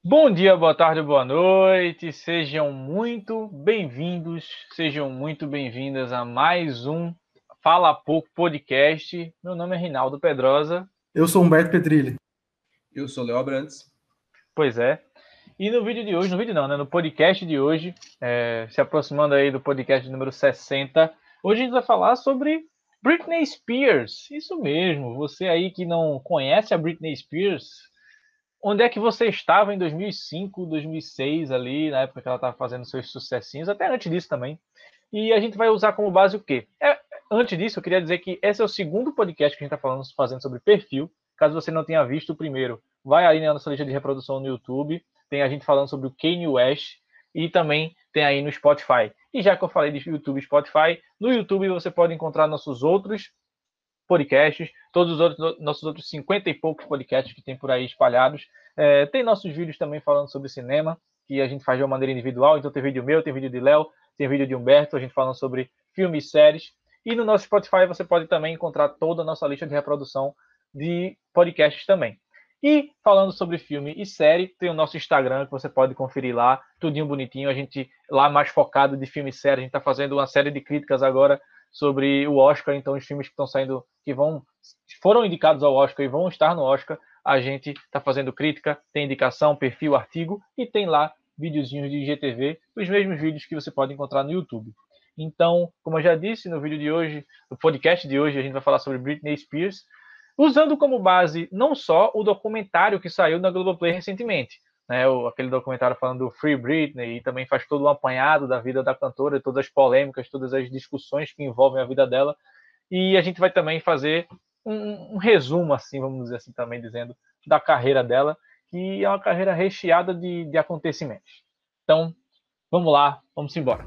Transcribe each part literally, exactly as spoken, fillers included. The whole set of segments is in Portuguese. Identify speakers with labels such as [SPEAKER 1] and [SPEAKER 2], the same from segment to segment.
[SPEAKER 1] Bom dia, boa tarde, boa noite. Sejam muito bem-vindos, sejam muito bem-vindas a mais um Fala Pouco Podcast. Meu nome é Rinaldo Pedrosa.
[SPEAKER 2] Eu sou Humberto Petrilli.
[SPEAKER 3] Eu sou Léo Abrantes.
[SPEAKER 1] Pois é. E no vídeo de hoje, no vídeo não, né? No podcast de hoje, é, se aproximando aí do podcast número sessenta, hoje a gente vai falar sobre Britney Spears. Isso mesmo, você aí que não conhece a Britney Spears, onde é que você estava em dois mil e cinco, dois mil e seis ali, na época que ela estava fazendo seus sucessinhos, até antes disso também. E a gente vai usar como base o quê? É, antes disso, eu queria dizer que esse é o segundo podcast que a gente está falando, fazendo sobre perfil. Caso você não tenha visto o primeiro, vai aí na nossa lista de reprodução no YouTube. Tem a gente falando sobre o Kanye West e também tem aí no Spotify. E já que eu falei de YouTube e Spotify, no YouTube você pode encontrar nossos outros podcasts, todos os outros, nossos outros cinquenta e poucos podcasts que tem por aí espalhados. É, tem nossos vídeos também falando sobre cinema, que a gente faz de uma maneira individual. Então tem vídeo meu, tem vídeo de Léo, tem vídeo de Humberto, a gente falando sobre filmes e séries. E no nosso Spotify você pode também encontrar toda a nossa lista de reprodução de podcasts também. E falando sobre filme e série, tem o nosso Instagram que você pode conferir lá, tudinho bonitinho. A gente lá mais focado de filme e série. A gente está fazendo uma série de críticas agora sobre o Oscar, então os filmes que estão saindo, que vão foram indicados ao Oscar e vão estar no Oscar, a gente está fazendo crítica, tem indicação, perfil, artigo e tem lá videozinhos de I G T V, os mesmos vídeos que você pode encontrar no YouTube. Então, como eu já disse no vídeo de hoje, no podcast de hoje, a gente vai falar sobre Britney Spears, usando como base não só o documentário que saiu na Globoplay recentemente, né, o, aquele documentário falando do Free Britney, e também faz todo um apanhado da vida da cantora, todas as polêmicas, todas as discussões que envolvem a vida dela. E a gente vai também fazer um, um resumo, assim, vamos dizer assim, também dizendo, da carreira dela, que é uma carreira recheada de, de acontecimentos. Então, vamos lá, vamos embora.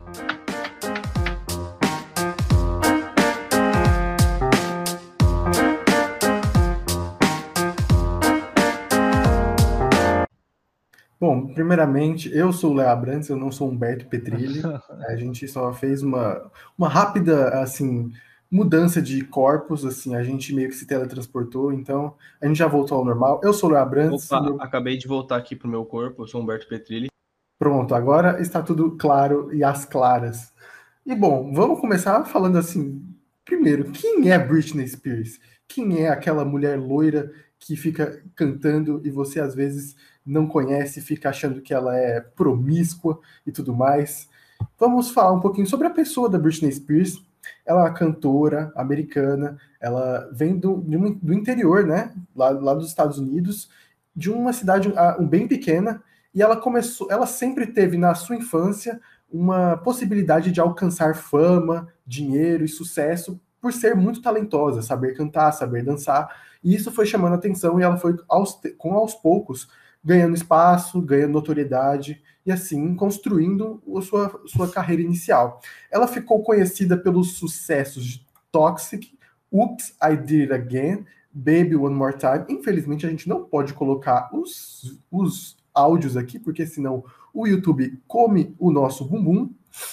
[SPEAKER 2] Bom, primeiramente, eu sou o Léo Abrantes, eu não sou Humberto Petrilli. A gente só fez uma, uma rápida, assim, mudança de corpos, assim, a gente meio que se teletransportou, então a gente já voltou ao normal. Eu sou o Léo Abrantes.
[SPEAKER 3] Opa,
[SPEAKER 2] Meu...
[SPEAKER 3] acabei de voltar aqui pro meu corpo, eu sou Humberto Petrilli.
[SPEAKER 2] Pronto, agora está tudo claro e às claras. E bom, vamos começar falando assim, primeiro, quem é Britney Spears? Quem é aquela mulher loira que fica cantando e você às vezes não conhece, fica achando que ela é promíscua e tudo mais? Vamos falar um pouquinho sobre a pessoa da Britney Spears. Ela é uma cantora americana, ela vem do, do interior, né? Lá, lá dos Estados Unidos, de uma cidade uh, bem pequena, e ela começou, ela sempre teve na sua infância uma possibilidade de alcançar fama, dinheiro e sucesso por ser muito talentosa, saber cantar, saber dançar, e isso foi chamando a atenção e ela foi aos, com aos poucos ganhando espaço, ganhando notoriedade e assim construindo a sua, sua carreira inicial. Ela ficou conhecida pelos sucessos de Toxic, Oops, I Did It Again, Baby One More Time. Infelizmente a gente não pode colocar os, os áudios aqui, porque senão o YouTube come o nosso bumbum.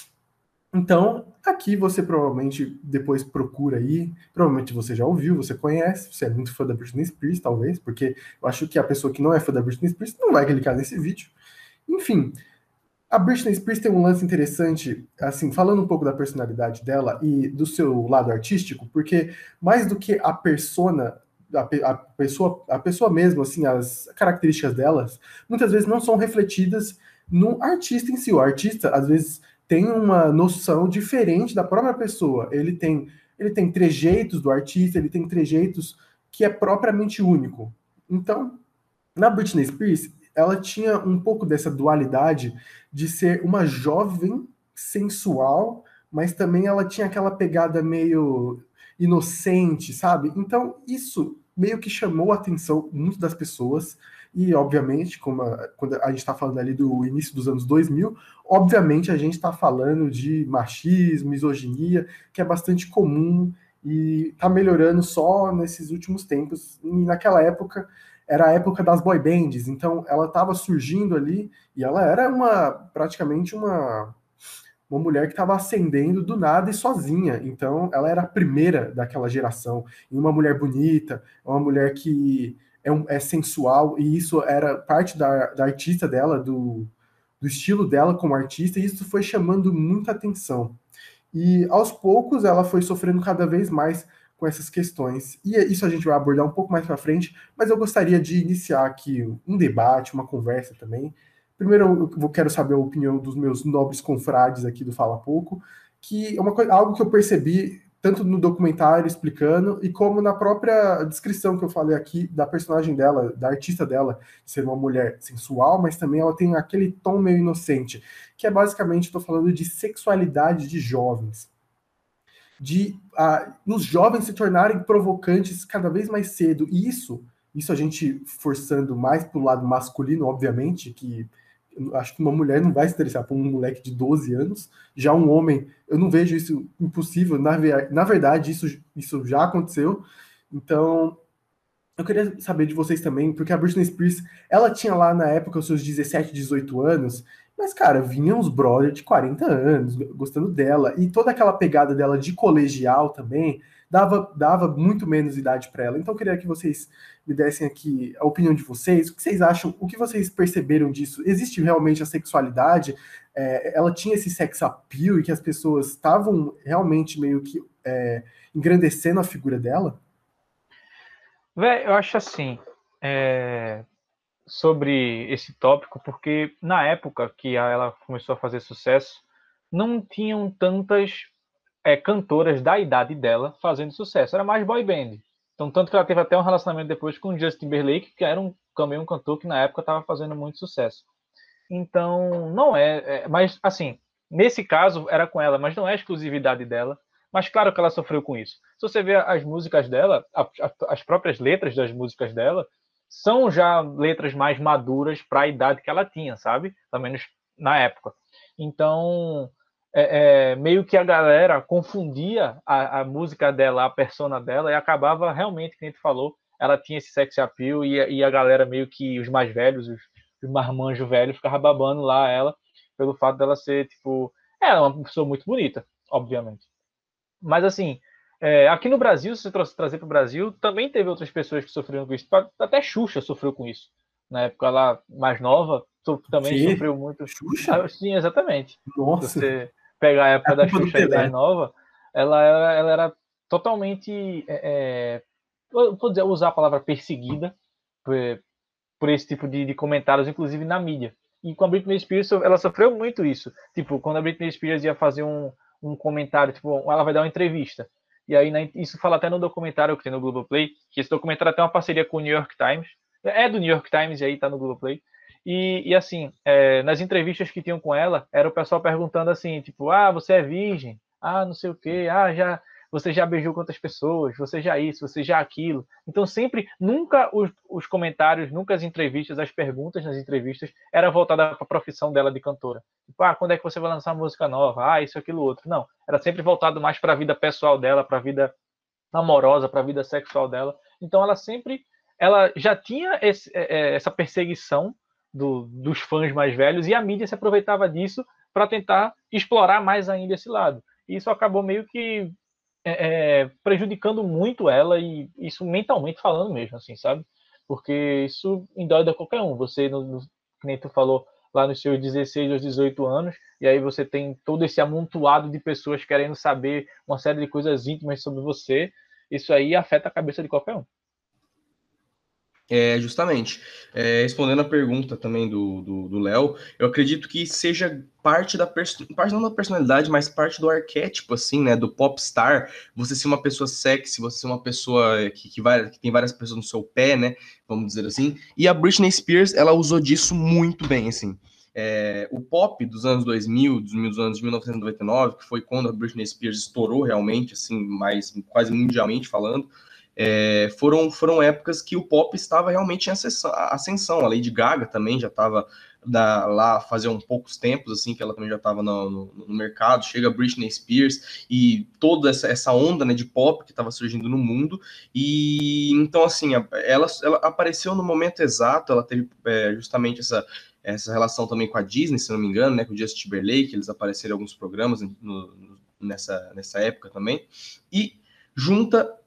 [SPEAKER 2] Então, aqui você provavelmente depois procura aí, provavelmente você já ouviu, você conhece, você é muito fã da Britney Spears, talvez, porque eu acho que a pessoa que não é fã da Britney Spears não vai clicar nesse vídeo. Enfim, a Britney Spears tem um lance interessante, assim, falando um pouco da personalidade dela e do seu lado artístico, porque mais do que a persona, a, a pessoa, a pessoa mesmo, assim, as características delas, muitas vezes não são refletidas no artista em si. O artista, às vezes, tem uma noção diferente da própria pessoa. Ele tem, ele tem trejeitos do artista, ele tem trejeitos que é propriamente único. Então, na Britney Spears, ela tinha um pouco dessa dualidade de ser uma jovem sensual, mas também ela tinha aquela pegada meio inocente, sabe? Então, isso meio que chamou a atenção muito das pessoas, e obviamente, como a, quando a gente está falando ali do início dos anos dois mil, obviamente a gente está falando de machismo, misoginia, que é bastante comum e está melhorando só nesses últimos tempos. E naquela época era a época das boy bands, então ela estava surgindo ali e ela era uma praticamente uma uma mulher que estava ascendendo do nada e sozinha. Então ela era a primeira daquela geração, e uma mulher bonita, uma mulher que é, um, é sensual, e isso era parte da, da artista dela, do, do estilo dela como artista, e isso foi chamando muita atenção. E aos poucos ela foi sofrendo cada vez mais com essas questões. E isso a gente vai abordar um pouco mais para frente, mas eu gostaria de iniciar aqui um debate, uma conversa também. Primeiro eu quero saber a opinião dos meus nobres confrades aqui do Fala Pouco, que é uma coisa, algo que eu percebi tanto no documentário explicando, e como na própria descrição que eu falei aqui da personagem dela, da artista dela, ser uma mulher sensual, mas também ela tem aquele tom meio inocente, que é basicamente, estou falando de sexualidade de jovens. De uh, os jovens se tornarem provocantes cada vez mais cedo. E isso, isso a gente forçando mais para o lado masculino, obviamente, que acho que uma mulher não vai se interessar por um moleque de doze anos. Já um homem, eu não vejo isso impossível. Na, na verdade, isso, isso já aconteceu. Então, eu queria saber de vocês também, porque a Britney Spears, ela tinha lá na época os seus dezessete, dezoito anos, mas, cara, vinham uns brothers de quarenta anos gostando dela. E toda aquela pegada dela de colegial também dava, dava muito menos idade para ela. Então, eu queria que vocês me dessem aqui a opinião de vocês. O que vocês acham? O que vocês perceberam disso? Existe realmente a sexualidade? É, ela tinha esse sex appeal e que as pessoas estavam realmente meio que é, engrandecendo a figura dela?
[SPEAKER 1] Véi, eu acho assim, é, sobre esse tópico, porque na época que ela começou a fazer sucesso, não tinham tantas é, cantoras da idade dela fazendo sucesso, era mais boy band. Então, tanto que ela teve até um relacionamento depois com o Justin Timberlake, que era um, também um cantor que na época estava fazendo muito sucesso. Então, não é, é. Mas, assim, nesse caso era com ela, mas não é exclusividade dela. Mas claro que ela sofreu com isso. Se você vê as músicas dela, a, a, as próprias letras das músicas dela, são já letras mais maduras para a idade que ela tinha, sabe? Pelo menos na época. Então, é, é, meio que a galera confundia a, a música dela, a persona dela, e acabava realmente, como a gente falou, ela tinha esse sex appeal e, e a galera meio que, os mais velhos, os, os marmanjos velhos, ficava babando lá ela, pelo fato dela ser, tipo... Ela é uma pessoa muito bonita, obviamente. Mas, assim, é, aqui no Brasil, se você trazer para o Brasil, também teve outras pessoas que sofreram com isso. Até Xuxa sofreu com isso. Na época lá mais nova, so, também
[SPEAKER 2] Que?
[SPEAKER 1] sofreu muito.
[SPEAKER 2] Xuxa?
[SPEAKER 1] Ah, sim, exatamente.
[SPEAKER 2] Nossa.
[SPEAKER 1] Se você pegar a época
[SPEAKER 2] A
[SPEAKER 1] da
[SPEAKER 2] culpa do
[SPEAKER 1] Xuxa aí
[SPEAKER 2] Pelé.
[SPEAKER 1] mais nova, ela, ela, ela era totalmente... É, é, vou dizer, usar a palavra perseguida por, por esse tipo de, de comentários, inclusive na mídia. E com a Britney Spears, ela sofreu muito isso. Tipo, quando a Britney Spears ia fazer um, um comentário, tipo, ela vai dar uma entrevista. E aí, né, isso fala até no documentário que tem no Globoplay, que esse documentário tem uma parceria com o New York Times. É do New York Times e aí tá no Globoplay. E, e assim, é, nas entrevistas que tinham com ela, era o pessoal perguntando assim, tipo, ah, você é virgem? Ah, não sei o quê. Ah, já... Você já beijou quantas pessoas? Você já isso, você já aquilo. Então, sempre, nunca os, os comentários, nunca as entrevistas, as perguntas nas entrevistas, era voltada para a profissão dela de cantora. Tipo, ah, quando é que você vai lançar música nova? Ah, isso, aquilo, outro. Não, era sempre voltado mais para a vida pessoal dela, para a vida amorosa, para a vida sexual dela. Então, ela sempre, ela já tinha esse, essa perseguição do, dos fãs mais velhos e a mídia se aproveitava disso para tentar explorar mais ainda esse lado. E isso acabou meio que É, é, prejudicando muito ela, e isso mentalmente falando mesmo, assim, sabe? Porque isso endoida qualquer um. Você, no, no, que nem tu falou, lá nos seus dezesseis aos dezoito anos, e aí você tem todo esse amontoado de pessoas querendo saber uma série de coisas íntimas sobre você, isso aí afeta a cabeça de qualquer um.
[SPEAKER 3] É, justamente. É, respondendo a pergunta também do Léo, eu acredito que seja parte da parte não da personalidade, mas parte do arquétipo, assim, né? Do popstar. Você ser uma pessoa sexy, você ser uma pessoa que, que, vai, que tem várias pessoas no seu pé, né? Vamos dizer assim. E a Britney Spears, ela usou disso muito bem, assim. É, o pop dos anos dois mil, dos anos de mil novecentos e noventa e nove, que foi quando a Britney Spears estourou realmente, assim, mais quase mundialmente falando. É, foram, foram épocas que o pop estava realmente em ascensão. A Lady Gaga também já estava lá fazia um poucos tempos, assim, que ela também já estava no, no, no mercado. Chega a Britney Spears e toda essa, essa onda, né, de pop que estava surgindo no mundo. E então, assim, ela, ela apareceu no momento exato. Ela teve é, justamente essa, essa relação também com a Disney, se não me engano, né, com o Justin Timberlake. Eles apareceram em alguns programas no, no, nessa, nessa época também. E junta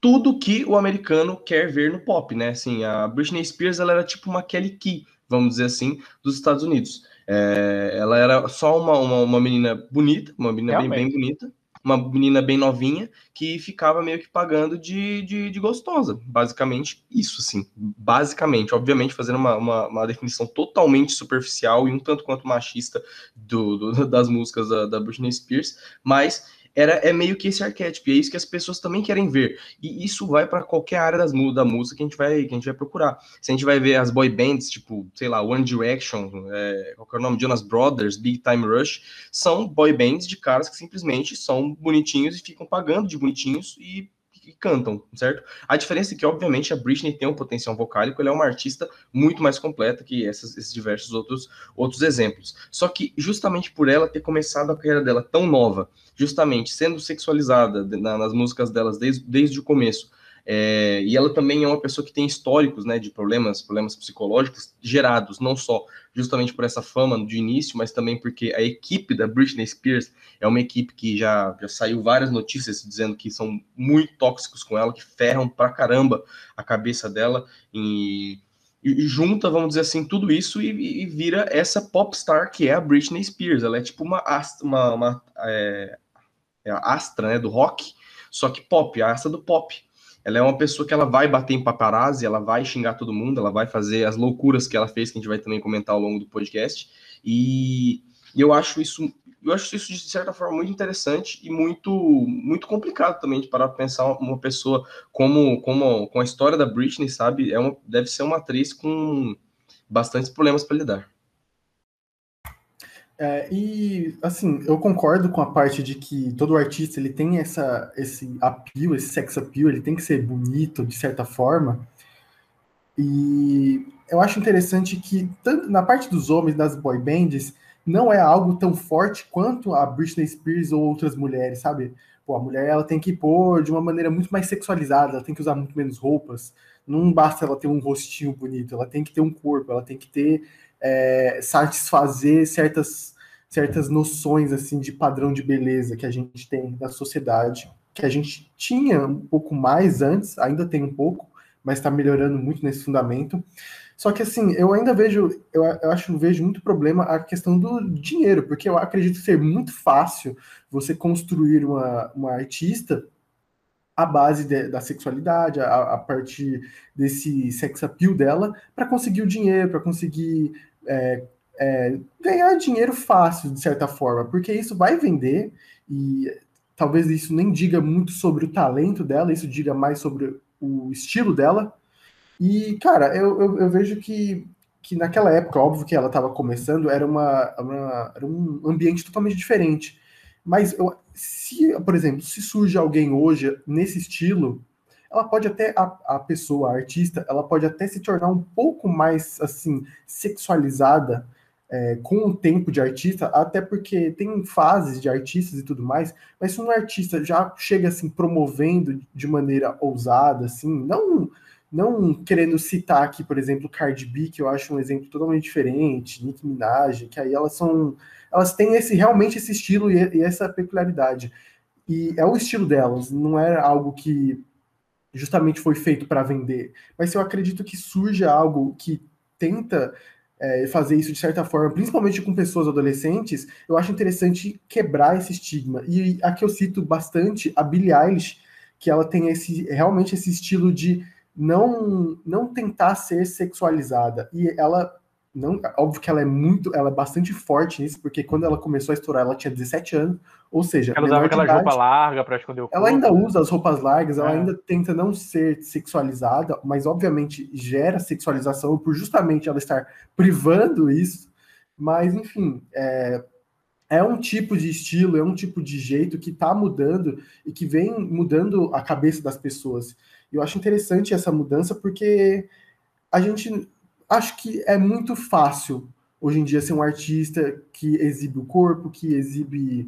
[SPEAKER 3] tudo que o americano quer ver no pop, né? Assim, a Britney Spears, ela era tipo uma Kelly Key, vamos dizer assim, dos Estados Unidos. É, ela era só uma, uma, uma menina bonita, uma menina bem, bem bonita, uma menina bem novinha, que ficava meio que pagando de, de, de gostosa. Basicamente isso, assim. Basicamente, obviamente, fazendo uma, uma, uma definição totalmente superficial e um tanto quanto machista do, do, das músicas da, da Britney Spears, mas era, é meio que esse arquétipo, e é isso que as pessoas também querem ver. E isso vai para qualquer área das, da música que a, gente vai, que a gente vai procurar. Se a gente vai ver as boy bands, tipo, sei lá, One Direction, é, qual que é o nome? Jonas Brothers, Big Time Rush, são boy bands de caras que simplesmente são bonitinhos e ficam pagando de bonitinhos e, e cantam, certo? A diferença é que, obviamente, a Britney tem um potencial vocálico, ela é uma artista muito mais completa que essas, esses diversos outros, outros exemplos. Só que, justamente por ela ter começado a carreira dela tão nova, justamente sendo sexualizada na, nas músicas delas desde, desde o começo, é, e ela também é uma pessoa que tem históricos, né, de problemas, problemas psicológicos gerados, não só justamente por essa fama de início, mas também porque a equipe da Britney Spears é uma equipe que já, já saiu várias notícias dizendo que são muito tóxicos com ela, que ferram pra caramba a cabeça dela, e, e junta, vamos dizer assim, tudo isso e, e vira essa popstar que é a Britney Spears. Ela é tipo uma, uma, uma é, é a astra, né, do rock, só que pop, a astra do pop. Ela é uma pessoa que ela vai bater em paparazzi, ela vai xingar todo mundo, ela vai fazer as loucuras que ela fez, que a gente vai também comentar ao longo do podcast. E, e eu acho isso, eu acho isso de certa forma muito interessante e muito, muito complicado também de parar para pensar uma pessoa como, como com a história da Britney, sabe? É uma, deve ser uma atriz com bastantes problemas para lidar.
[SPEAKER 2] É, e, assim, eu concordo com a parte de que todo artista ele tem essa, esse appeal, esse sex appeal, ele tem que ser bonito, de certa forma. E eu acho interessante que, tanto na parte dos homens, das boy bands, não é algo tão forte quanto a Britney Spears ou outras mulheres, sabe? Pô, a mulher ela tem que pôr de uma maneira muito mais sexualizada, ela tem que usar muito menos roupas. Não basta ela ter um rostinho bonito, ela tem que ter um corpo, ela tem que ter é, satisfazer certas, certas noções assim de padrão de beleza que a gente tem na sociedade, que a gente tinha um pouco mais antes, ainda tem um pouco, mas está melhorando muito nesse fundamento. Só que assim, eu ainda vejo, eu, eu acho, vejo muito problema a questão do dinheiro, porque eu acredito ser muito fácil você construir uma, uma artista à base de, da sexualidade, a, a partir desse sex appeal dela, para conseguir o dinheiro, para conseguir é, é, ganhar dinheiro fácil, de certa forma, porque isso vai vender, e talvez isso nem diga muito sobre o talento dela, isso diga mais sobre o estilo dela. E, cara, eu, eu, eu vejo que, que naquela época, óbvio que ela estava começando, era, uma, uma- era um ambiente totalmente diferente. Mas eu, se, por exemplo, se surge alguém hoje nesse estilo, ela pode até, a, a pessoa, a artista, ela pode até se tornar um pouco mais, assim, sexualizada, é, com o tempo de artista, até porque tem fases de artistas e tudo mais, mas se um artista já chega, assim, promovendo de maneira ousada, assim, não não querendo citar aqui, por exemplo, Cardi B, que eu acho um exemplo totalmente diferente, Nicki Minaj, que aí elas são, elas têm esse realmente esse estilo e, e essa peculiaridade. E é o estilo delas, não é algo que justamente foi feito para vender. Mas eu acredito que surja algo que tenta é, fazer isso de certa forma, principalmente com pessoas adolescentes, eu acho interessante quebrar esse estigma. E aqui eu cito bastante a Billie Eilish, que ela tem esse realmente esse estilo de não não tentar ser sexualizada. E ela não, óbvio que ela é muito, ela é bastante forte nisso, porque quando ela começou a estourar, ela tinha dezessete anos, ou seja,
[SPEAKER 1] Ela usava
[SPEAKER 2] menor de
[SPEAKER 1] aquela roupa
[SPEAKER 2] idade.
[SPEAKER 1] larga para esconder o
[SPEAKER 2] Ela
[SPEAKER 1] corpo,
[SPEAKER 2] ainda
[SPEAKER 1] né?
[SPEAKER 2] usa as roupas largas, ela
[SPEAKER 1] É.
[SPEAKER 2] ainda tenta não ser sexualizada, mas obviamente gera sexualização por justamente ela estar privando isso. Mas, enfim, é, é um tipo de estilo, é um tipo de jeito que está mudando e que vem mudando a cabeça das pessoas. Eu acho interessante essa mudança porque a gente acho que é muito fácil hoje em dia ser um artista que exibe o corpo, que exibe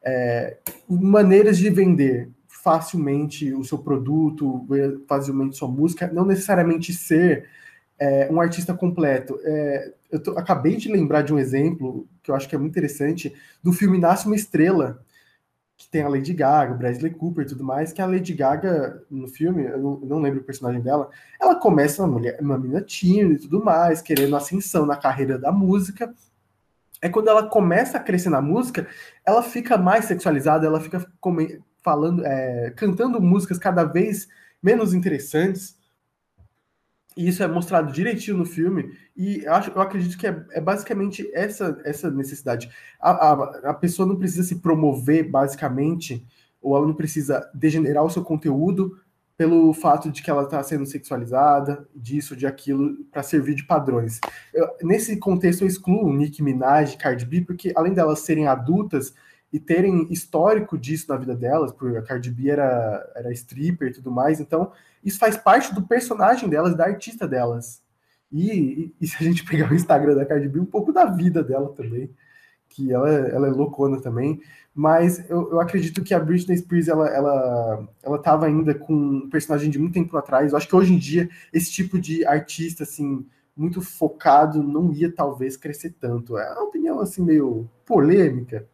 [SPEAKER 2] é, maneiras de vender facilmente o seu produto, facilmente sua música, não necessariamente ser é, um artista completo. É, eu tô, acabei de lembrar de um exemplo que eu acho que é muito interessante do filme Nasce uma Estrela, que tem a Lady Gaga, o Bradley Cooper e tudo mais, que a Lady Gaga, no filme, eu não, eu não lembro o personagem dela, ela começa uma mulher, uma menina tímida e tudo mais, querendo ascensão na carreira da música. É quando ela começa a crescer na música, ela fica mais sexualizada, ela fica come- falando, é, cantando músicas cada vez menos interessantes, e isso é mostrado direitinho no filme, e eu, acho, eu acredito que é, é basicamente essa, essa necessidade. A, a, a pessoa não precisa se promover, basicamente, ou ela não precisa degenerar o seu conteúdo pelo fato de que ela está sendo sexualizada, disso, de aquilo, para servir de padrões. Eu, nesse contexto, eu excluo Nicki Minaj, Cardi B, porque além delas serem adultas e terem histórico disso na vida delas, porque a Cardi B era, era stripper e tudo mais, então isso faz parte do personagem delas, da artista delas. E, e, e se a gente pegar o Instagram da Cardi B, um pouco da vida dela também, que ela, ela é loucona também, mas eu, eu acredito que a Britney Spears, ela, ela, ela tava ainda com um personagem de muito tempo atrás. Eu acho que hoje em dia, esse tipo de artista, assim, muito focado, não ia talvez crescer tanto. É uma opinião, assim, meio polêmica.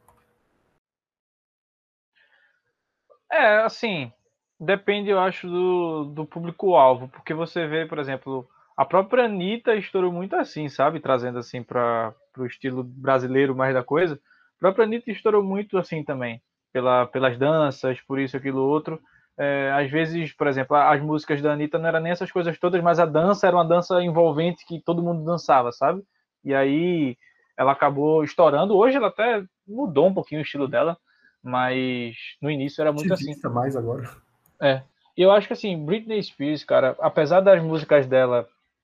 [SPEAKER 1] É, assim, depende, eu acho, do, do público-alvo, porque você vê, por exemplo, a própria Anitta estourou muito assim, sabe? Trazendo assim para o estilo brasileiro mais da coisa. A própria Anitta estourou muito assim também, pela, pelas danças, por isso, aquilo, outro. É, às vezes, por exemplo, as músicas da Anitta não eram nem essas coisas todas, mas a dança era uma dança envolvente que todo mundo dançava, sabe? E aí ela acabou estourando. Hoje ela até mudou um pouquinho o estilo dela, mas no início era muito assim.
[SPEAKER 2] Ativista mais agora.
[SPEAKER 1] É. E eu acho que assim, Britney Spears, cara, apesar das músicas dela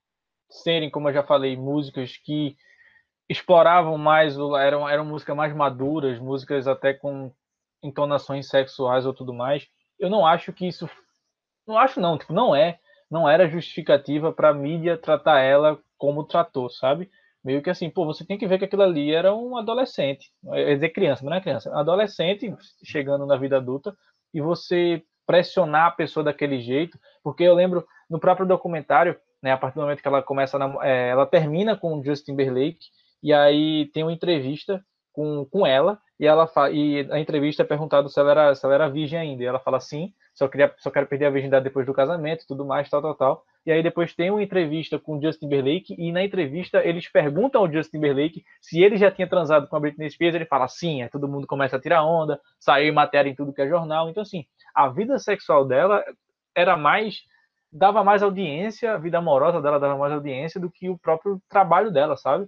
[SPEAKER 1] serem, como eu já falei, músicas que exploravam mais, eram, eram músicas mais maduras, músicas até com entonações sexuais ou tudo mais, eu não acho que isso. Não acho não, tipo, não é. Não era justificativa pra mídia tratar ela como tratou, sabe? Meio que assim, pô, você tem que ver que aquilo ali era um adolescente. É dizer criança, mas não é criança. Um adolescente chegando na vida adulta e você pressionar a pessoa daquele jeito, porque eu lembro no próprio documentário, né, a partir do momento que ela começa a, é, ela termina com o Justin Timberlake e aí tem uma entrevista com, com ela e ela fa, e a entrevista é perguntado se ela era se ela era virgem ainda e ela fala sim, só queria só quero perder a virgindade depois do casamento, tudo mais, tal, tal, tal. E aí depois tem uma entrevista com o Justin Timberlake e na entrevista eles perguntam ao Justin Timberlake se ele já tinha transado com a Britney Spears, ele fala sim, aí todo mundo começa a tirar onda, saiu matéria em tudo que é jornal. Então assim, a vida sexual dela era mais dava mais audiência, a vida amorosa dela dava mais audiência do que o próprio trabalho dela, sabe?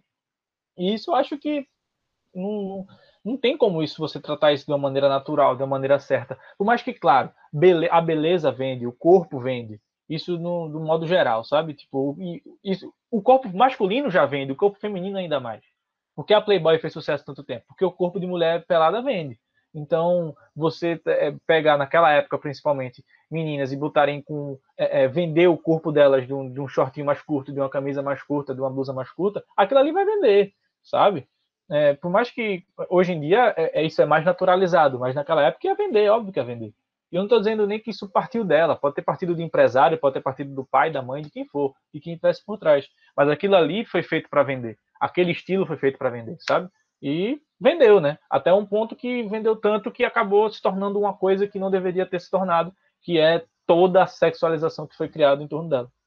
[SPEAKER 1] E isso eu acho que não, não tem como isso você tratar isso de uma maneira natural, de uma maneira certa. Por mais que, claro, bele, a beleza vende, o corpo vende. Isso no, no modo geral, sabe? Tipo, isso, o corpo masculino já vende, o corpo feminino ainda mais. Por que a Playboy fez sucesso tanto tempo? Porque o corpo de mulher pelada vende. Então, você é, pegar naquela época, principalmente, meninas e botarem com. É, é, vender o corpo delas de um, de um shortinho mais curto, de uma camisa mais curta, de uma blusa mais curta, aquilo ali vai vender, sabe? É, por mais que hoje em dia é, é, isso é mais naturalizado, mas naquela época ia vender, óbvio que ia vender. E eu não estou dizendo nem que isso partiu dela, pode ter partido do empresário, pode ter partido do pai, da mãe, de quem for, de quem estivesse por trás. Mas aquilo ali foi feito para vender. Aquele estilo foi feito para vender, sabe? E vendeu, né? Até um ponto que vendeu tanto que acabou se tornando uma coisa que não deveria ter se tornado, que é toda a sexualização que foi criada em torno dela.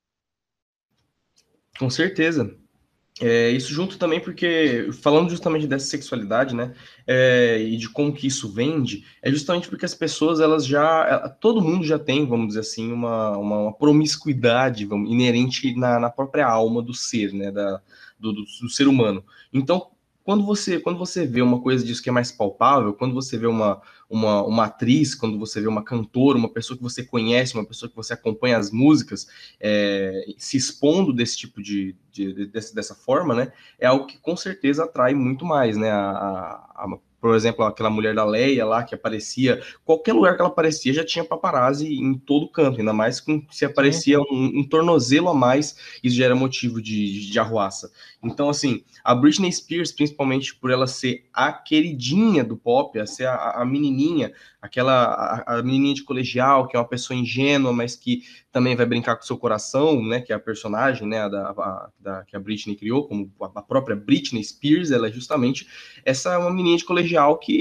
[SPEAKER 3] Com certeza. É, isso junto também porque, falando justamente dessa sexualidade, né, é, e de como que isso vende, é justamente porque as pessoas, elas já, todo mundo já tem, vamos dizer assim, uma, uma, uma promiscuidade vamos, inerente na, na própria alma do ser, né, da, do, do, do ser humano. Então, quando você, quando você vê uma coisa disso que é mais palpável, quando você vê uma, uma, uma atriz, quando você vê uma cantora, uma pessoa que você conhece, uma pessoa que você acompanha as músicas, é, se expondo desse tipo de, de, de desse, dessa forma, né, é algo que com certeza atrai muito mais, né, a, a, a por exemplo, aquela mulher da Leia lá, que aparecia, qualquer lugar que ela aparecia já tinha paparazzi em todo canto, ainda mais com, se aparecia um, um tornozelo a mais, isso já era motivo de, de, de arruaça. Então, assim, a Britney Spears, principalmente por ela ser a queridinha do pop, a ser a, a menininha, aquela a, a menininha de colegial, que é uma pessoa ingênua, mas que também vai brincar com o seu coração, né, que é a personagem, né, a da, a, da, que a Britney criou, como a própria Britney Spears, ela é justamente essa uma menininha de colegial que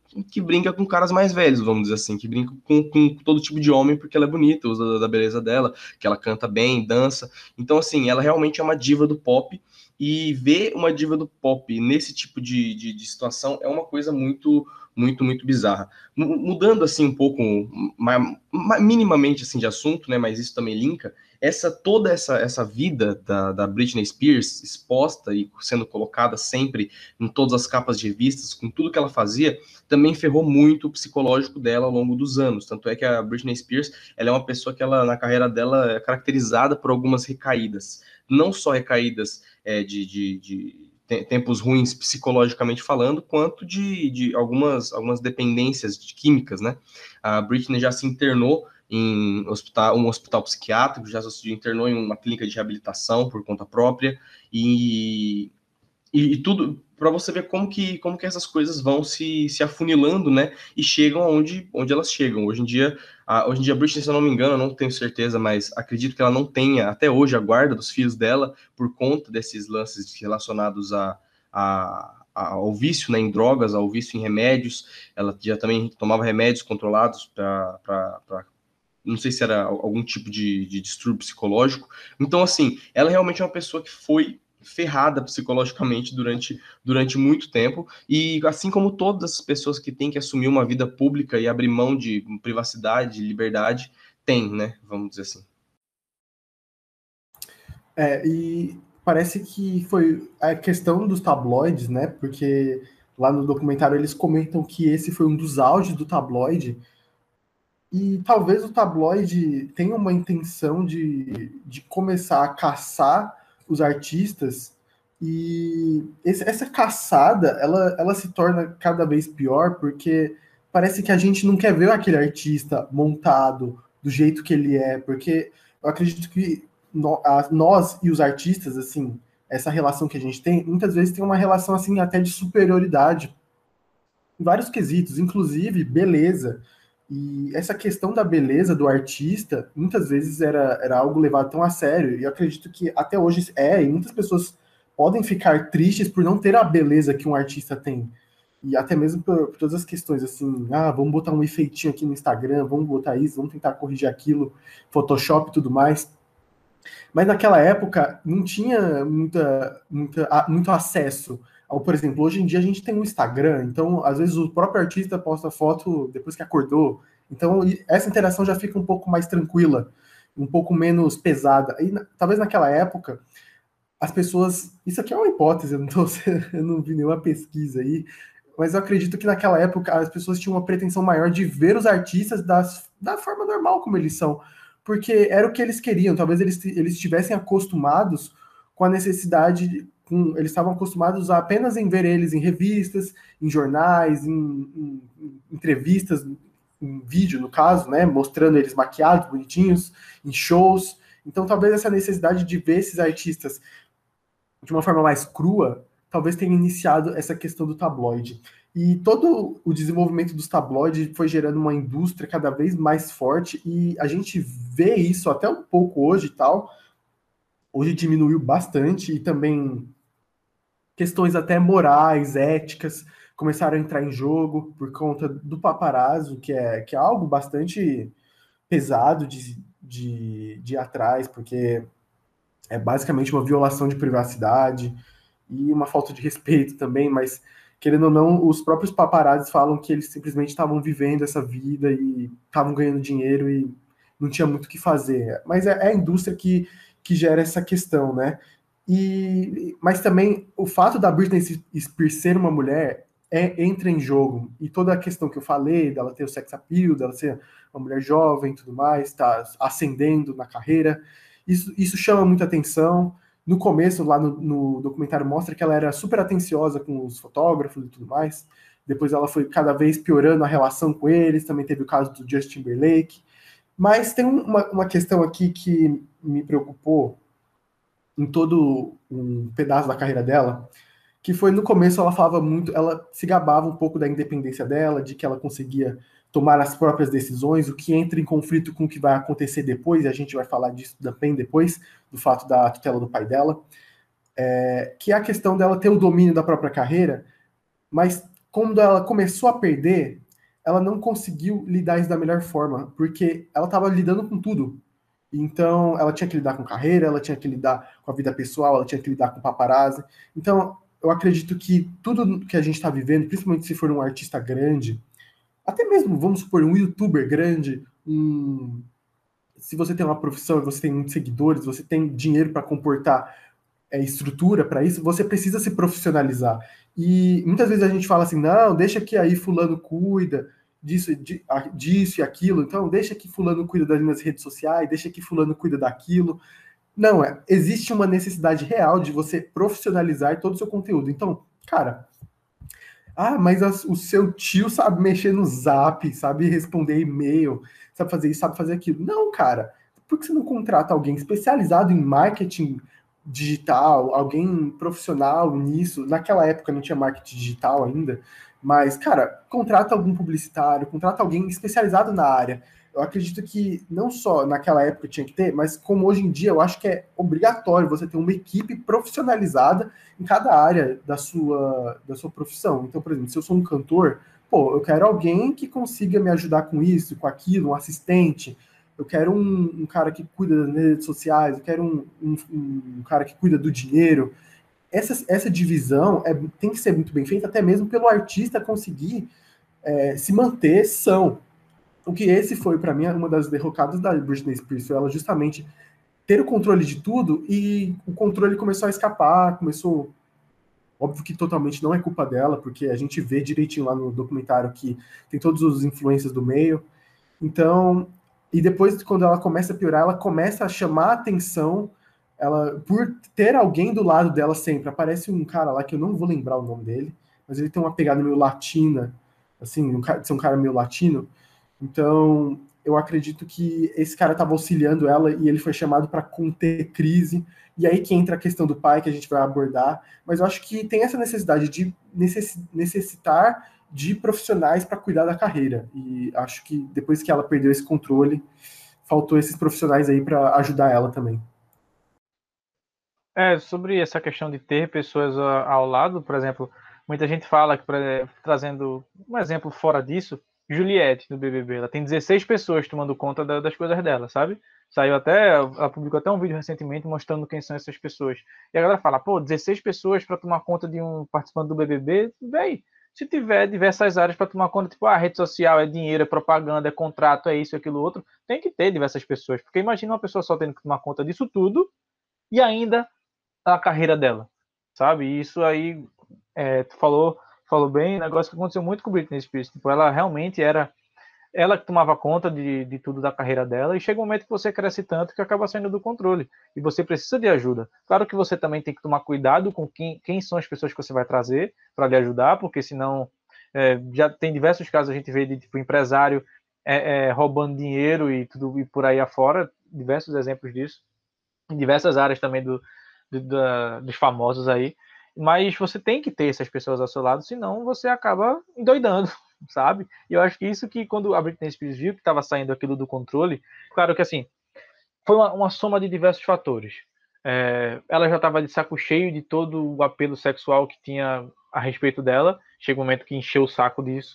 [SPEAKER 3] que brinca com caras mais velhos, vamos dizer assim, que brinca com, com todo tipo de homem porque ela é bonita, usa da, da beleza dela, que ela canta bem, dança. Então, assim, ela realmente é uma diva do pop, e ver uma diva do pop nesse tipo de, de, de situação é uma coisa muito, muito, muito bizarra. M- mudando, assim, um pouco, ma- ma- minimamente, assim, de assunto, né, mas isso também linka, essa toda essa, essa vida da, da Britney Spears exposta e sendo colocada sempre em todas as capas de revistas, com tudo que ela fazia, também ferrou muito o psicológico dela ao longo dos anos. Tanto é que a Britney Spears, ela é uma pessoa que ela, na carreira dela, é caracterizada por algumas recaídas. Não só recaídas é, de, de, de tempos ruins psicologicamente falando, quanto de, de algumas, algumas dependências de químicas, né? A Britney já se internou em hospital, um hospital psiquiátrico, já se internou em uma clínica de reabilitação por conta própria, e e, e tudo para você ver como que, como que essas coisas vão se, se afunilando, né? E chegam aonde onde elas chegam. Hoje em dia, a, hoje em dia, a Britney, se eu não me engano, eu não tenho certeza, mas acredito que ela não tenha até hoje a guarda dos filhos dela por conta desses lances relacionados a, a, a, ao vício, né, em drogas, ao vício em remédios. Ela já também tomava remédios controlados para não sei se era algum tipo de, de distúrbio psicológico. Então, assim, ela realmente é uma pessoa que foi ferrada psicologicamente durante, durante muito tempo, e assim como todas as pessoas que têm que assumir uma vida pública e abrir mão de privacidade, liberdade, tem, né? Vamos dizer assim.
[SPEAKER 2] É, e parece que foi a questão dos tabloides, né? Porque lá no documentário eles comentam que esse foi um dos auges do tabloide, e talvez o tabloide tenha uma intenção de, de começar a caçar os artistas, e esse- essa caçada, ela, ela se torna cada vez pior, porque parece que a gente não quer ver aquele artista montado do jeito que ele é, porque eu acredito que no- a- nós e os artistas, assim, essa relação que a gente tem, muitas vezes tem uma relação, assim, até de superioridade em vários quesitos, inclusive beleza. E essa questão da beleza do artista, muitas vezes era, era algo levado tão a sério, e eu acredito que até hoje é, e muitas pessoas podem ficar tristes por não ter a beleza que um artista tem. E até mesmo por, por todas as questões, assim, ah, vamos botar um efeitinho aqui no Instagram, vamos botar isso, vamos tentar corrigir aquilo, Photoshop e tudo mais. Mas naquela época não tinha muita, muita, muito acesso ao, por exemplo, hoje em dia a gente tem um Instagram, então às vezes o próprio artista posta foto depois que acordou. Então essa interação já fica um pouco mais tranquila, um pouco menos pesada. E talvez naquela época as pessoas, isso aqui é uma hipótese, eu não, tô, eu não vi nenhuma pesquisa aí, mas eu acredito que naquela época as pessoas tinham uma pretensão maior de ver os artistas das, da forma normal como eles são, porque era o que eles queriam. Talvez eles, eles estivessem acostumados com a necessidade, com, eles estavam acostumados a apenas em ver eles em revistas, em jornais, em, em, em entrevistas, em vídeo, no caso, né, mostrando eles maquiados, bonitinhos, em shows. Então talvez essa necessidade de ver esses artistas de uma forma mais crua, talvez tenha iniciado essa questão do tabloide. E todo o desenvolvimento dos tabloides foi gerando uma indústria cada vez mais forte, e a gente vê isso até um pouco hoje e tal. Hoje diminuiu bastante, e também questões até morais, éticas, começaram a entrar em jogo por conta do paparazzo, que é, que é algo bastante pesado de, de, de ir atrás, porque é basicamente uma violação de privacidade e uma falta de respeito também, mas querendo ou não, os próprios paparazzis falam que eles simplesmente estavam vivendo essa vida e estavam ganhando dinheiro e não tinha muito o que fazer. Mas é, é a indústria que, que gera essa questão, né? E, mas também o fato da Britney Spears ser uma mulher é, entra em jogo. E toda a questão que eu falei, dela ter o sex appeal, dela ser uma mulher jovem e tudo mais, tá ascendendo na carreira, isso, isso chama muita atenção. No começo, lá no, no documentário, mostra que ela era super atenciosa com os fotógrafos e tudo mais. Depois ela foi cada vez piorando a relação com eles. Também teve o caso do Justin Timberlake. Mas tem uma, uma questão aqui que me preocupou em todo um pedaço da carreira dela, que foi no começo ela falava muito, ela se gabava um pouco da independência dela, de que ela conseguia tomar as próprias decisões, o que entra em conflito com o que vai acontecer depois, e a gente vai falar disso também depois, do fato da tutela do pai dela, é, que é a questão dela ter o domínio da própria carreira, mas quando ela começou a perder, ela não conseguiu lidar isso da melhor forma, porque ela estava lidando com tudo. Então, ela tinha que lidar com carreira, ela tinha que lidar com a vida pessoal, ela tinha que lidar com paparazzi. Então, eu acredito que tudo que a gente está vivendo, principalmente se for um artista grande, até mesmo, vamos supor, um youtuber grande, um... se você tem uma profissão, você tem muitos seguidores, você tem dinheiro para comportar é, estrutura para isso, você precisa se profissionalizar. E muitas vezes a gente fala assim, não, deixa que aí fulano cuida disso, de, a, disso e aquilo, então deixa que fulano cuida das minhas redes sociais, deixa que fulano cuida daquilo. Não, é, existe uma necessidade real de você profissionalizar todo o seu conteúdo. Então, cara, ah, mas a, o seu tio sabe mexer no Zap, sabe responder e-mail, sabe fazer isso, sabe fazer aquilo. Não, cara, por que você não contrata alguém especializado em marketing digital, alguém profissional nisso? Naquela época não tinha marketing digital ainda, mas, cara, contrata algum publicitário, contrata alguém especializado na área. Eu acredito que não só naquela época tinha que ter, mas como hoje em dia eu acho que é obrigatório você ter uma equipe profissionalizada em cada área da sua, da sua profissão. Então, por exemplo, se eu sou um cantor, pô, eu quero alguém que consiga me ajudar com isso, com aquilo, um assistente. Eu quero um, um cara que cuida das redes sociais, eu quero um, um, um cara que cuida do dinheiro. Essa, essa divisão é, tem que ser muito bem feita, até mesmo pelo artista conseguir é, se manter são. O que esse foi, para mim, uma das derrocadas da Britney Spears, foi ela justamente ter o controle de tudo e o controle começou a escapar, começou. Óbvio que totalmente não é culpa dela, porque a gente vê direitinho lá no documentário que tem todos os influências do meio. Então, e depois, quando ela começa a piorar, ela começa a chamar a atenção, ela, por ter alguém do lado dela sempre. Aparece um cara lá que eu não vou lembrar o nome dele, mas ele tem uma pegada meio latina, assim, um cara, ser um cara meio latino. Então, eu acredito que esse cara estava auxiliando ela e ele foi chamado para conter crise. E aí que entra a questão do pai, que a gente vai abordar. Mas eu acho que tem essa necessidade de necess, necessitar de profissionais para cuidar da carreira. E acho que depois que ela perdeu esse controle, faltou esses profissionais aí para ajudar ela também.
[SPEAKER 1] É, sobre essa questão de ter pessoas ao lado, por exemplo, muita gente fala que, trazendo um exemplo fora disso, Juliette, do B B B, ela tem dezesseis pessoas tomando conta da, das coisas dela, sabe? Saiu até, ela publicou até um vídeo recentemente mostrando quem são essas pessoas. E a galera fala, pô, dezesseis pessoas para tomar conta de um participante do B B B, véi, se tiver diversas áreas para tomar conta, tipo, a ah, rede social é dinheiro, é propaganda, é contrato, é isso, é aquilo outro, tem que ter diversas pessoas, porque imagina uma pessoa só tendo que tomar conta disso tudo e ainda a carreira dela, sabe? E isso aí, é, tu falou, falou bem, negócio que aconteceu muito com Britney Spears. Tipo, ela realmente era ela que tomava conta de, de tudo da carreira dela, e chega um momento que você cresce tanto que acaba saindo do controle, e você precisa de ajuda. Claro que você também tem que tomar cuidado com quem, quem são as pessoas que você vai trazer para lhe ajudar, porque senão é, já tem diversos casos a gente vê de tipo empresário é, é, roubando dinheiro e tudo e por aí afora, diversos exemplos disso, em diversas áreas também do, do, da, dos famosos aí, mas você tem que ter essas pessoas ao seu lado, senão você acaba endoidando, sabe? E eu acho que isso que quando a Britney Spears viu que estava saindo aquilo do controle, claro que assim, foi uma, uma soma de diversos fatores. É, ela já estava de saco cheio de todo o apelo sexual que tinha a respeito dela, chega um momento que encheu o saco disso.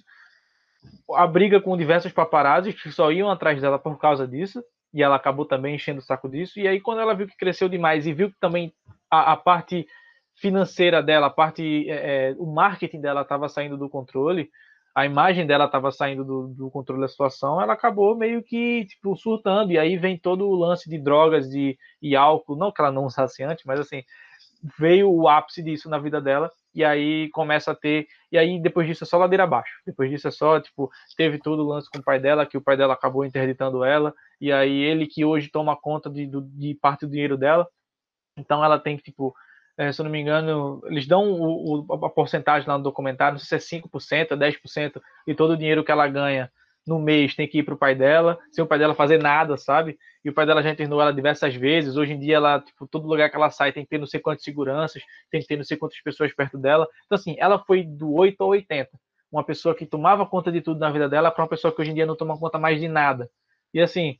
[SPEAKER 1] A briga com diversos paparazzis que só iam atrás dela por causa disso, e ela acabou também enchendo o saco disso. E aí, quando ela viu que cresceu demais e viu que também a, a parte financeira dela, a parte, é, é, o marketing dela estava saindo do controle, a imagem dela estava saindo do, do controle da situação, ela acabou meio que tipo, surtando. E aí vem todo o lance de drogas de, e álcool, não que ela não usasse antes, mas assim, veio o ápice disso na vida dela, e aí começa a ter, e aí depois disso é só ladeira abaixo, depois disso é só, tipo, teve todo o lance com o pai dela, que o pai dela acabou interditando ela, e aí ele que hoje toma conta de, de parte do dinheiro dela, então ela tem que, tipo, é, se eu não me engano, eles dão o, o, a porcentagem lá no documentário, não sei se é cinco por cento, dez por cento de todo o dinheiro que ela ganha no mês tem que ir para o pai dela, sem o pai dela fazer nada, sabe? E o pai dela já internou ela diversas vezes. Hoje em dia, ela, tipo, todo lugar que ela sai tem que ter não sei quantas seguranças, tem que ter não sei quantas pessoas perto dela. Então, assim, ela foi do oito ao oitenta. Uma pessoa que tomava conta de tudo na vida dela para uma pessoa que hoje em dia não toma conta mais de nada. E, assim,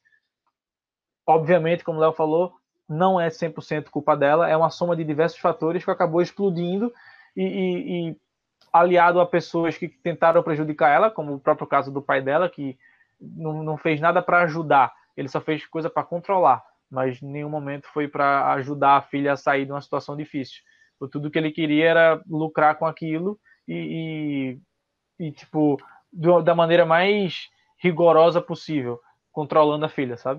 [SPEAKER 1] obviamente, como o Léo falou, não é cem por cento culpa dela, é uma soma de diversos fatores que acabou explodindo e, e, e aliado a pessoas que tentaram prejudicar ela, como o próprio caso do pai dela, que não, não fez nada para ajudar, ele só fez coisa para controlar, mas em nenhum momento foi para ajudar a filha a sair de uma situação difícil. Tudo que ele queria era lucrar com aquilo e, e, e tipo, do, da maneira mais rigorosa possível, controlando a filha, sabe?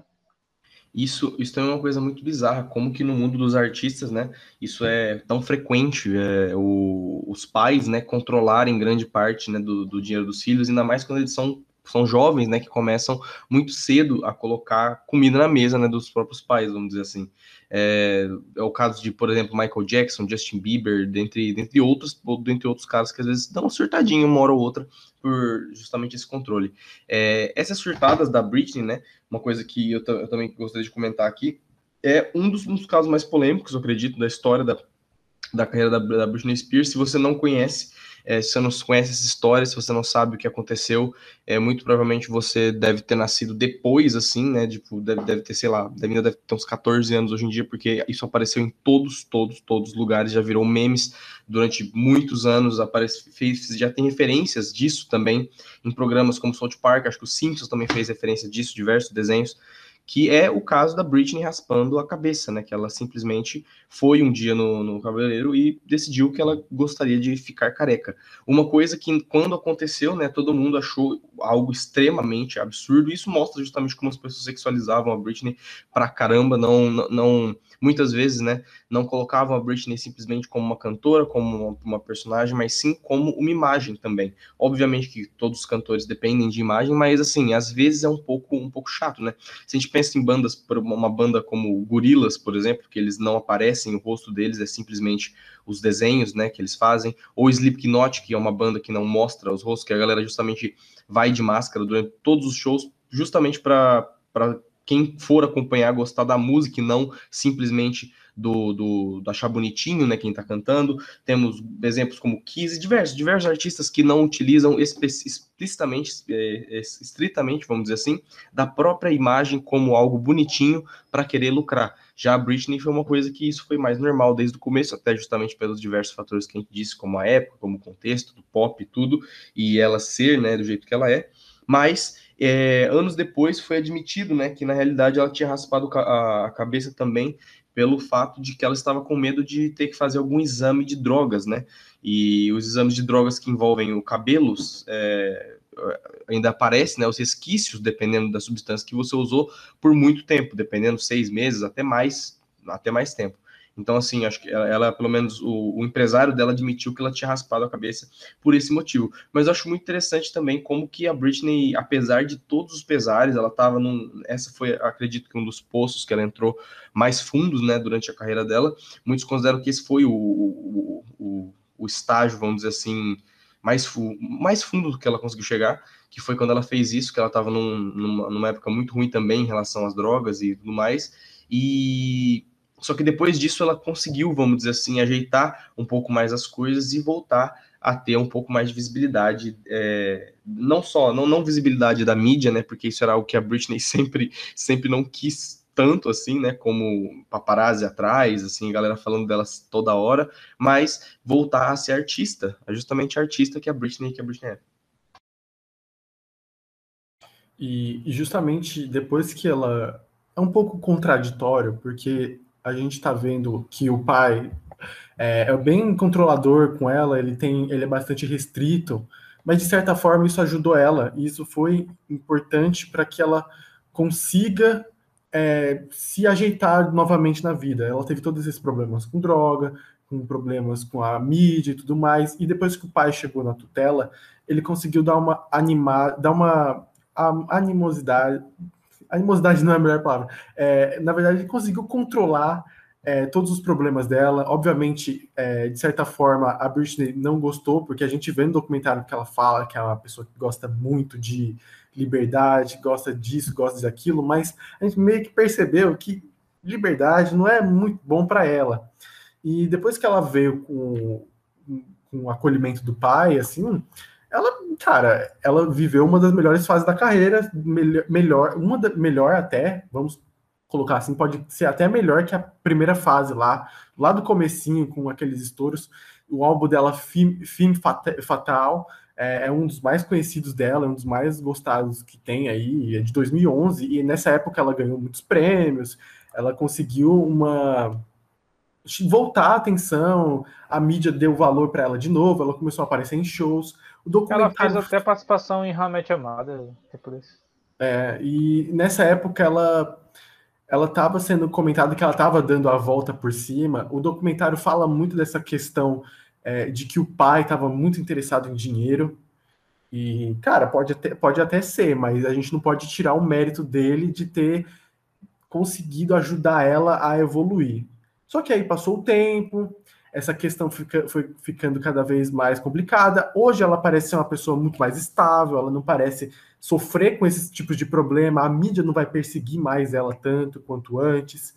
[SPEAKER 3] Isso, isso também é uma coisa muito bizarra, como que no mundo dos artistas, né, isso é tão frequente, é, o, os pais, né, controlarem grande parte, né, do, do dinheiro dos filhos, ainda mais quando eles são, são jovens, né, que começam muito cedo a colocar comida na mesa, né, dos próprios pais, vamos dizer assim. É, é o caso de, por exemplo, Michael Jackson, Justin Bieber, dentre, dentre, outros, dentre outros casos que às vezes dão uma surtadinha uma hora ou outra por justamente esse controle. É, essas surtadas da Britney, né, uma coisa que eu, eu também gostaria de comentar aqui, é um dos, um dos casos mais polêmicos, eu acredito, da história da, da carreira da, da Britney Spears. Se você não conhece, é, se você não conhece essa história, se você não sabe o que aconteceu, é, muito provavelmente você deve ter nascido depois, assim, né, tipo, deve, deve ter, sei lá, deve, deve ter uns catorze anos hoje em dia, porque isso apareceu em todos, todos, todos os lugares, já virou memes durante muitos anos, aparece, fez, já tem referências disso também em programas como South Park, acho que o Simpsons também fez referência disso, diversos desenhos, que é o caso da Britney raspando a cabeça, né? Que ela simplesmente foi um dia no, no cabeleireiro e decidiu que ela gostaria de ficar careca. Uma coisa que, quando aconteceu, né, todo mundo achou algo extremamente absurdo, e isso mostra justamente como as pessoas sexualizavam a Britney pra caramba, não, não, não muitas vezes, né, não colocavam a Britney simplesmente como uma cantora, como uma, uma personagem, mas sim como uma imagem também. Obviamente que todos os cantores dependem de imagem, mas, assim, às vezes é um pouco, um pouco chato, né? Se a gente pensa em bandas, uma banda como Gorillaz, por exemplo, que eles não aparecem, o rosto deles é simplesmente os desenhos, né, que eles fazem, ou Slipknot, que é uma banda que não mostra os rostos, que a galera justamente vai de máscara durante todos os shows, justamente para quem for acompanhar, gostar da música e não simplesmente do, do, do achar bonitinho, né, quem tá cantando. Temos exemplos como Kiss e diversos, diversos artistas que não utilizam explicitamente, é, estritamente, vamos dizer assim, da própria imagem como algo bonitinho para querer lucrar. Já a Britney foi uma coisa que isso foi mais normal desde o começo, até justamente pelos diversos fatores que a gente disse, como a época, como o contexto do pop e tudo, e ela ser, né, do jeito que ela é. Mas é, anos depois foi admitido, né, que na realidade ela tinha raspado a, a cabeça também pelo fato de que ela estava com medo de ter que fazer algum exame de drogas, né? E os exames de drogas que envolvem o cabelos é, ainda aparecem, né, os resquícios, dependendo da substância que você usou por muito tempo, dependendo seis meses, até mais, até mais tempo. Então, assim, acho que ela, ela pelo menos, o, o empresário dela admitiu que ela tinha raspado a cabeça por esse motivo. Mas eu acho muito interessante também como que a Britney, apesar de todos os pesares, ela estava num... Essa foi, acredito que um dos poços que ela entrou mais fundos, né, durante a carreira dela. Muitos consideram que esse foi o, o, o, o estágio, vamos dizer assim, mais, fu mais fundo do que ela conseguiu chegar, que foi quando ela fez isso, que ela estava num, numa, numa época muito ruim também em relação às drogas e tudo mais. E... Só que depois disso ela conseguiu, vamos dizer assim, ajeitar um pouco mais as coisas e voltar a ter um pouco mais de visibilidade, é, não só, não, não visibilidade da mídia, né, porque isso era algo que a Britney sempre, sempre não quis tanto, assim, né, como paparazzi atrás, assim, a galera falando delas toda hora, mas voltar a ser artista, é justamente a artista que a Britney, que a Britney é.
[SPEAKER 2] E, e justamente depois que ela... É um pouco contraditório, porque a gente está vendo que o pai é, é bem controlador com ela, ele, tem, ele é bastante restrito, mas de certa forma isso ajudou ela, e isso foi importante para que ela consiga é, se ajeitar novamente na vida. Ela teve todos esses problemas com droga, com problemas com a mídia e tudo mais, e depois que o pai chegou na tutela, ele conseguiu dar uma animada, dar uma a animosidade, animosidade não é a melhor palavra, é, na verdade ele conseguiu controlar é, todos os problemas dela. Obviamente, é, de certa forma, a Britney não gostou, porque a gente vê no documentário que ela fala que é uma pessoa que gosta muito de liberdade, gosta disso, gosta daquilo, mas a gente meio que percebeu que liberdade não é muito bom para ela. E depois que ela veio com, com o acolhimento do pai, assim, ela, cara, ela viveu uma das melhores fases da carreira, melhor, uma da, melhor até, vamos colocar assim, pode ser até melhor que a primeira fase lá, lá do comecinho, com aqueles estouros. O álbum dela, Femme Fatale, é, é um dos mais conhecidos dela, é um dos mais gostados que tem aí, é de dois mil e onze, e nessa época ela ganhou muitos prêmios, ela conseguiu uma... voltar a atenção, a mídia deu valor para ela de novo, ela começou a aparecer em shows. O documentário...
[SPEAKER 1] Ela fez até participação em How I Met Your Mother, é por isso.
[SPEAKER 2] É, e nessa época ela ela estava sendo comentado que ela estava dando a volta por cima. O documentário fala muito dessa questão é, de que o pai estava muito interessado em dinheiro. E, cara, pode até, pode até ser, mas a gente não pode tirar o mérito dele de ter conseguido ajudar ela a evoluir. Só que aí passou o tempo, essa questão fica, foi ficando cada vez mais complicada. Hoje ela parece ser uma pessoa muito mais estável, ela não parece sofrer com esses tipos de problema, a mídia não vai perseguir mais ela tanto quanto antes,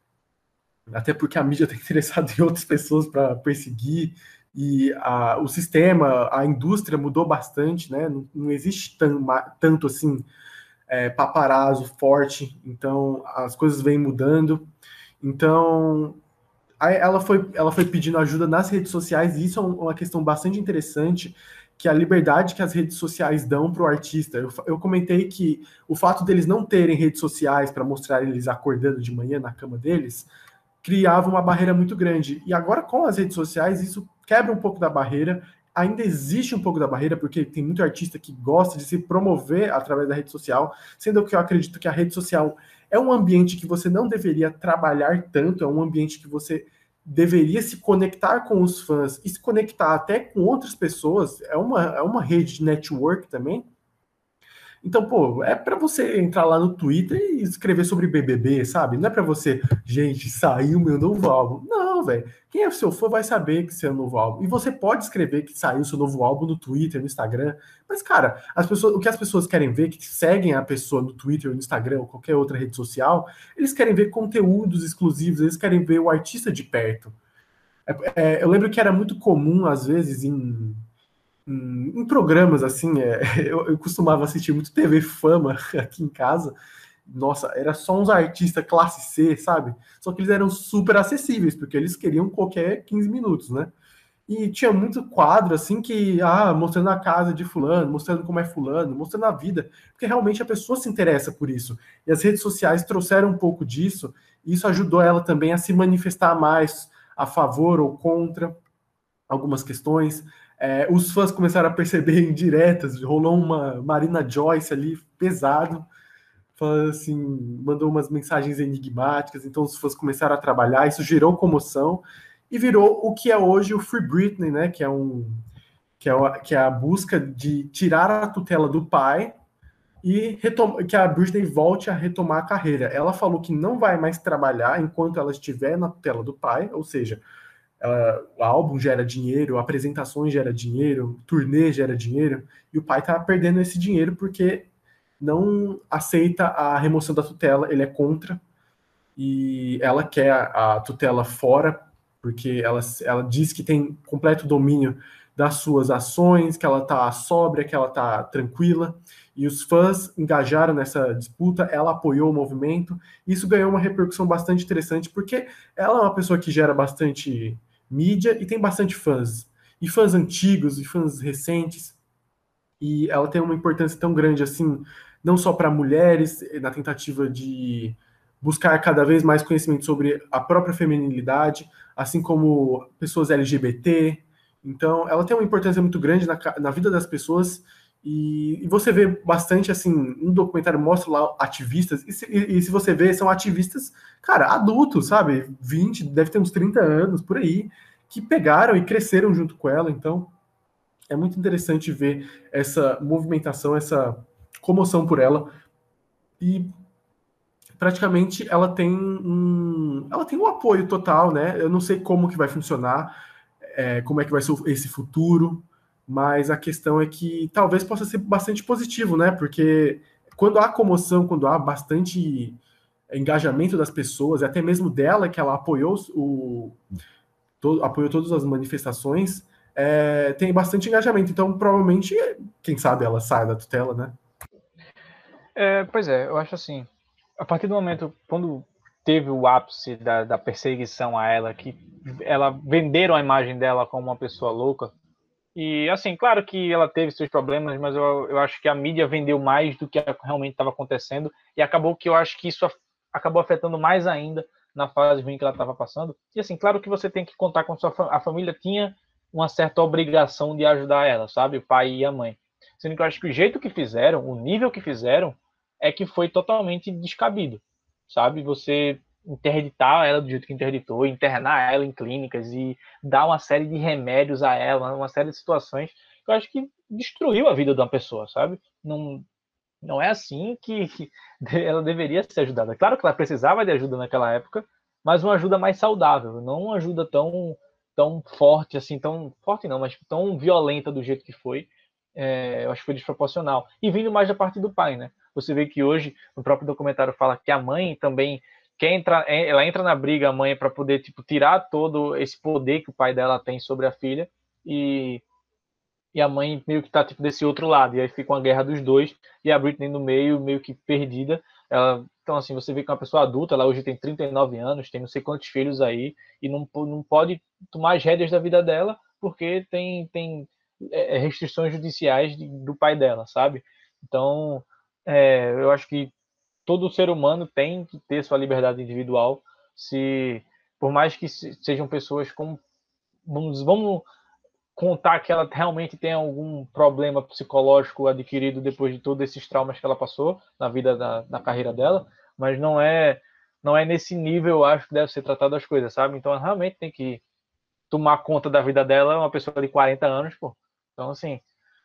[SPEAKER 2] até porque a mídia está interessada em outras pessoas para perseguir, e a, o sistema, a indústria mudou bastante, né? Não, não existe tão, tanto assim é, paparazzo forte, então as coisas vêm mudando. Então aí ela foi, ela foi pedindo ajuda nas redes sociais, e isso é uma questão bastante interessante, que é a liberdade que as redes sociais dão para o artista. Eu, eu comentei que o fato deles não terem redes sociais para mostrar eles acordando de manhã na cama deles, criava uma barreira muito grande. E agora, com as redes sociais, isso quebra um pouco da barreira. Ainda existe um pouco da barreira, porque tem muito artista que gosta de se promover através da rede social, sendo que eu acredito que a rede social é um ambiente que você não deveria trabalhar tanto, é um ambiente que você deveria se conectar com os fãs e se conectar até com outras pessoas, é uma, é uma rede de network também. Então, pô, é para você entrar lá no Twitter e escrever sobre B B B, sabe? Não é para você, gente, saiu meu novo álbum. Não, velho. Quem é seu fã vai saber que seu é um novo álbum. E você pode escrever que saiu seu novo álbum no Twitter, no Instagram. Mas, cara, as pessoas, o que as pessoas querem ver, que seguem a pessoa no Twitter, no Instagram ou qualquer outra rede social, eles querem ver conteúdos exclusivos, eles querem ver o artista de perto. É, é, eu lembro que era muito comum, às vezes, em em, em programas assim, é, eu, eu costumava assistir muito T V Fama aqui em casa. Nossa, era só uns artistas classe C, sabe? Só que eles eram super acessíveis, porque eles queriam qualquer quinze minutos, né? E tinha muito quadro, assim, que, ah, mostrando a casa de fulano, mostrando como é fulano, mostrando a vida, porque realmente a pessoa se interessa por isso. E as redes sociais trouxeram um pouco disso, e isso ajudou ela também a se manifestar mais a favor ou contra algumas questões. É, os fãs começaram a perceber indiretas, rolou uma Marina Joyce ali, pesado, falando assim, mandou umas mensagens enigmáticas, então os fãs começaram a trabalhar, isso gerou comoção, e virou o que é hoje o Free Britney, né, que é, um, que é, que é a busca de tirar a tutela do pai e retoma, que a Britney volte a retomar a carreira. Ela falou que não vai mais trabalhar enquanto ela estiver na tutela do pai, ou seja, ela, o álbum gera dinheiro, apresentações gera dinheiro, turnê gera dinheiro, e o pai tá perdendo esse dinheiro porque não aceita a remoção da tutela, ele é contra, e ela quer a, a tutela fora, porque ela, ela diz que tem completo domínio das suas ações, que ela tá sóbria, que ela tá tranquila, e os fãs engajaram nessa disputa, ela apoiou o movimento, e isso ganhou uma repercussão bastante interessante, porque ela é uma pessoa que gera bastante mídia e tem bastante fãs, e fãs antigos e fãs recentes, e ela tem uma importância tão grande assim, não só para mulheres, na tentativa de buscar cada vez mais conhecimento sobre a própria feminilidade, assim como pessoas L G B T. Então, ela tem uma importância muito grande na, na vida das pessoas, e, e você vê bastante, assim, no documentário mostra lá ativistas, e se, e, e se você vê, são ativistas, cara, adultos, sabe? vinte, deve ter uns trinta anos, por aí, que pegaram e cresceram junto com ela, então é muito interessante ver essa movimentação, essa comoção por ela, e praticamente ela tem um, ela tem um apoio total, né? Eu não sei como que vai funcionar, é, como é que vai ser esse futuro, mas a questão é que talvez possa ser bastante positivo, né? Porque quando há comoção, quando há bastante engajamento das pessoas, até mesmo dela, que ela apoiou o todo, apoiou todas as manifestações, é, tem bastante engajamento. Então, provavelmente, quem sabe ela sai da tutela, né?
[SPEAKER 1] É, pois é, eu acho assim. a partir do momento quando teve o ápice da, da perseguição a ela, que ela venderam a imagem dela como uma pessoa louca. E, assim, claro que ela teve seus problemas, mas eu, eu acho que a mídia vendeu mais do que realmente estava acontecendo, e acabou que eu acho que isso acabou afetando mais ainda na fase ruim que ela estava passando. E, assim, claro que você tem que contar com a sua família. A família tinha uma certa obrigação de ajudar ela, sabe? O pai e a mãe. Sendo que eu acho que o jeito que fizeram, o nível que fizeram, é que foi totalmente descabido, sabe? Você interditar ela do jeito que interditou, internar ela em clínicas e dar uma série de remédios a ela, uma série de situações que eu acho que destruiu a vida de uma pessoa, sabe? Não, não é assim que ela deveria ser ajudada. Claro que ela precisava de ajuda naquela época, mas uma ajuda mais saudável, não uma ajuda tão, tão forte, assim, tão forte não, mas tão violenta do jeito que foi. É, eu acho que foi desproporcional. E vindo mais da parte do pai, né? Você vê que hoje, no próprio documentário fala que a mãe também quer entrar, ela entra na briga, a mãe, para poder tipo, tirar todo esse poder que o pai dela tem sobre a filha, e, e a mãe meio que tá tipo, desse outro lado, e aí fica uma guerra dos dois, e a Britney no meio, meio que perdida. Ela, então, assim, você vê que é uma pessoa adulta, ela hoje tem trinta e nove anos, tem não sei quantos filhos aí, e não, não pode tomar as rédeas da vida dela, porque tem, tem é, restrições judiciais de, do pai dela, sabe? Então, é, eu acho que todo ser humano tem que ter sua liberdade individual. Se, por mais que sejam pessoas com, vamos, vamos contar que ela realmente tem algum problema psicológico adquirido depois de todos esses traumas que ela passou na vida da, na carreira dela, mas não é, não é nesse nível, eu acho que deve ser tratado as coisas, sabe? Então ela realmente tem que tomar conta da vida dela, uma pessoa de quarenta anos, pô. Então, assim,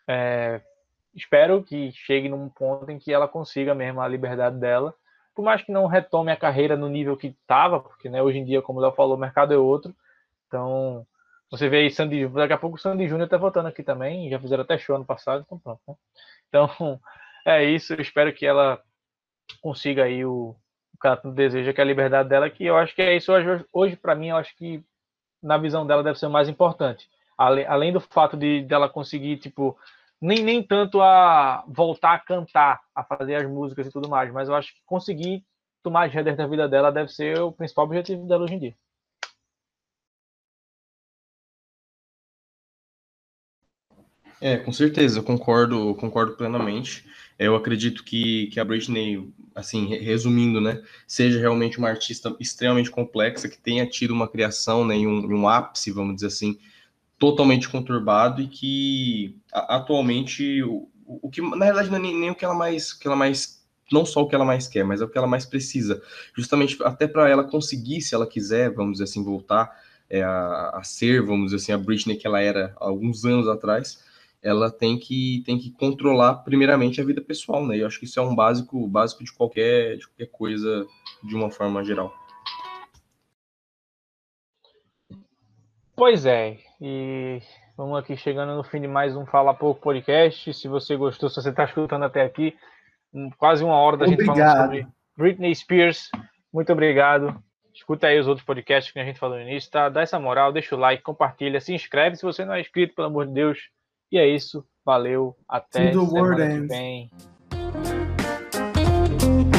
[SPEAKER 1] é, espero que chegue num ponto em que ela consiga mesmo a liberdade dela, por mais que não retome a carreira no nível que estava, porque né, hoje em dia, como o Léo falou, o mercado é outro. Então, você vê aí, Sandy, daqui a pouco o Sandy Júnior está voltando aqui também, já fizeram até show ano passado, então pronto. Né? Então, é isso, eu espero que ela consiga aí o, o que ela deseja, que é a liberdade dela, que eu acho que é isso hoje, hoje para mim, eu acho que na visão dela deve ser o mais importante. Além, além do fato de dela conseguir, tipo, nem, nem tanto a voltar a cantar, a fazer as músicas e tudo mais, mas eu acho que conseguir tomar as rédeas da vida dela deve ser o principal objetivo dela hoje em dia.
[SPEAKER 3] É, com certeza, eu concordo, concordo plenamente. Eu acredito que, que a Britney, assim, resumindo, né, seja realmente uma artista extremamente complexa, que tenha tido uma criação, né, em um, em um ápice, vamos dizer assim, totalmente conturbado e que a, atualmente o, o que na verdade não é nem, nem o que ela mais que ela mais não só o que ela mais quer, mas é o que ela mais precisa, justamente até para ela conseguir, se ela quiser, vamos dizer assim, voltar é, a, a ser, vamos dizer assim, a Britney que ela era há alguns anos atrás, ela tem que tem que controlar primeiramente a vida pessoal, né? Eu acho que isso é um básico básico de qualquer de qualquer coisa de uma forma geral.
[SPEAKER 1] Pois é, e vamos aqui chegando no fim de mais um Fala Pouco Podcast. Se você gostou, se você está escutando até aqui, quase uma hora da gente falando sobre Britney Spears. Muito obrigado. Escuta aí os outros podcasts que a gente falou no início, tá? Dá essa moral, deixa o like, compartilha, se inscreve se você não é inscrito, pelo amor de Deus. E é isso. Valeu. Até semana que vem.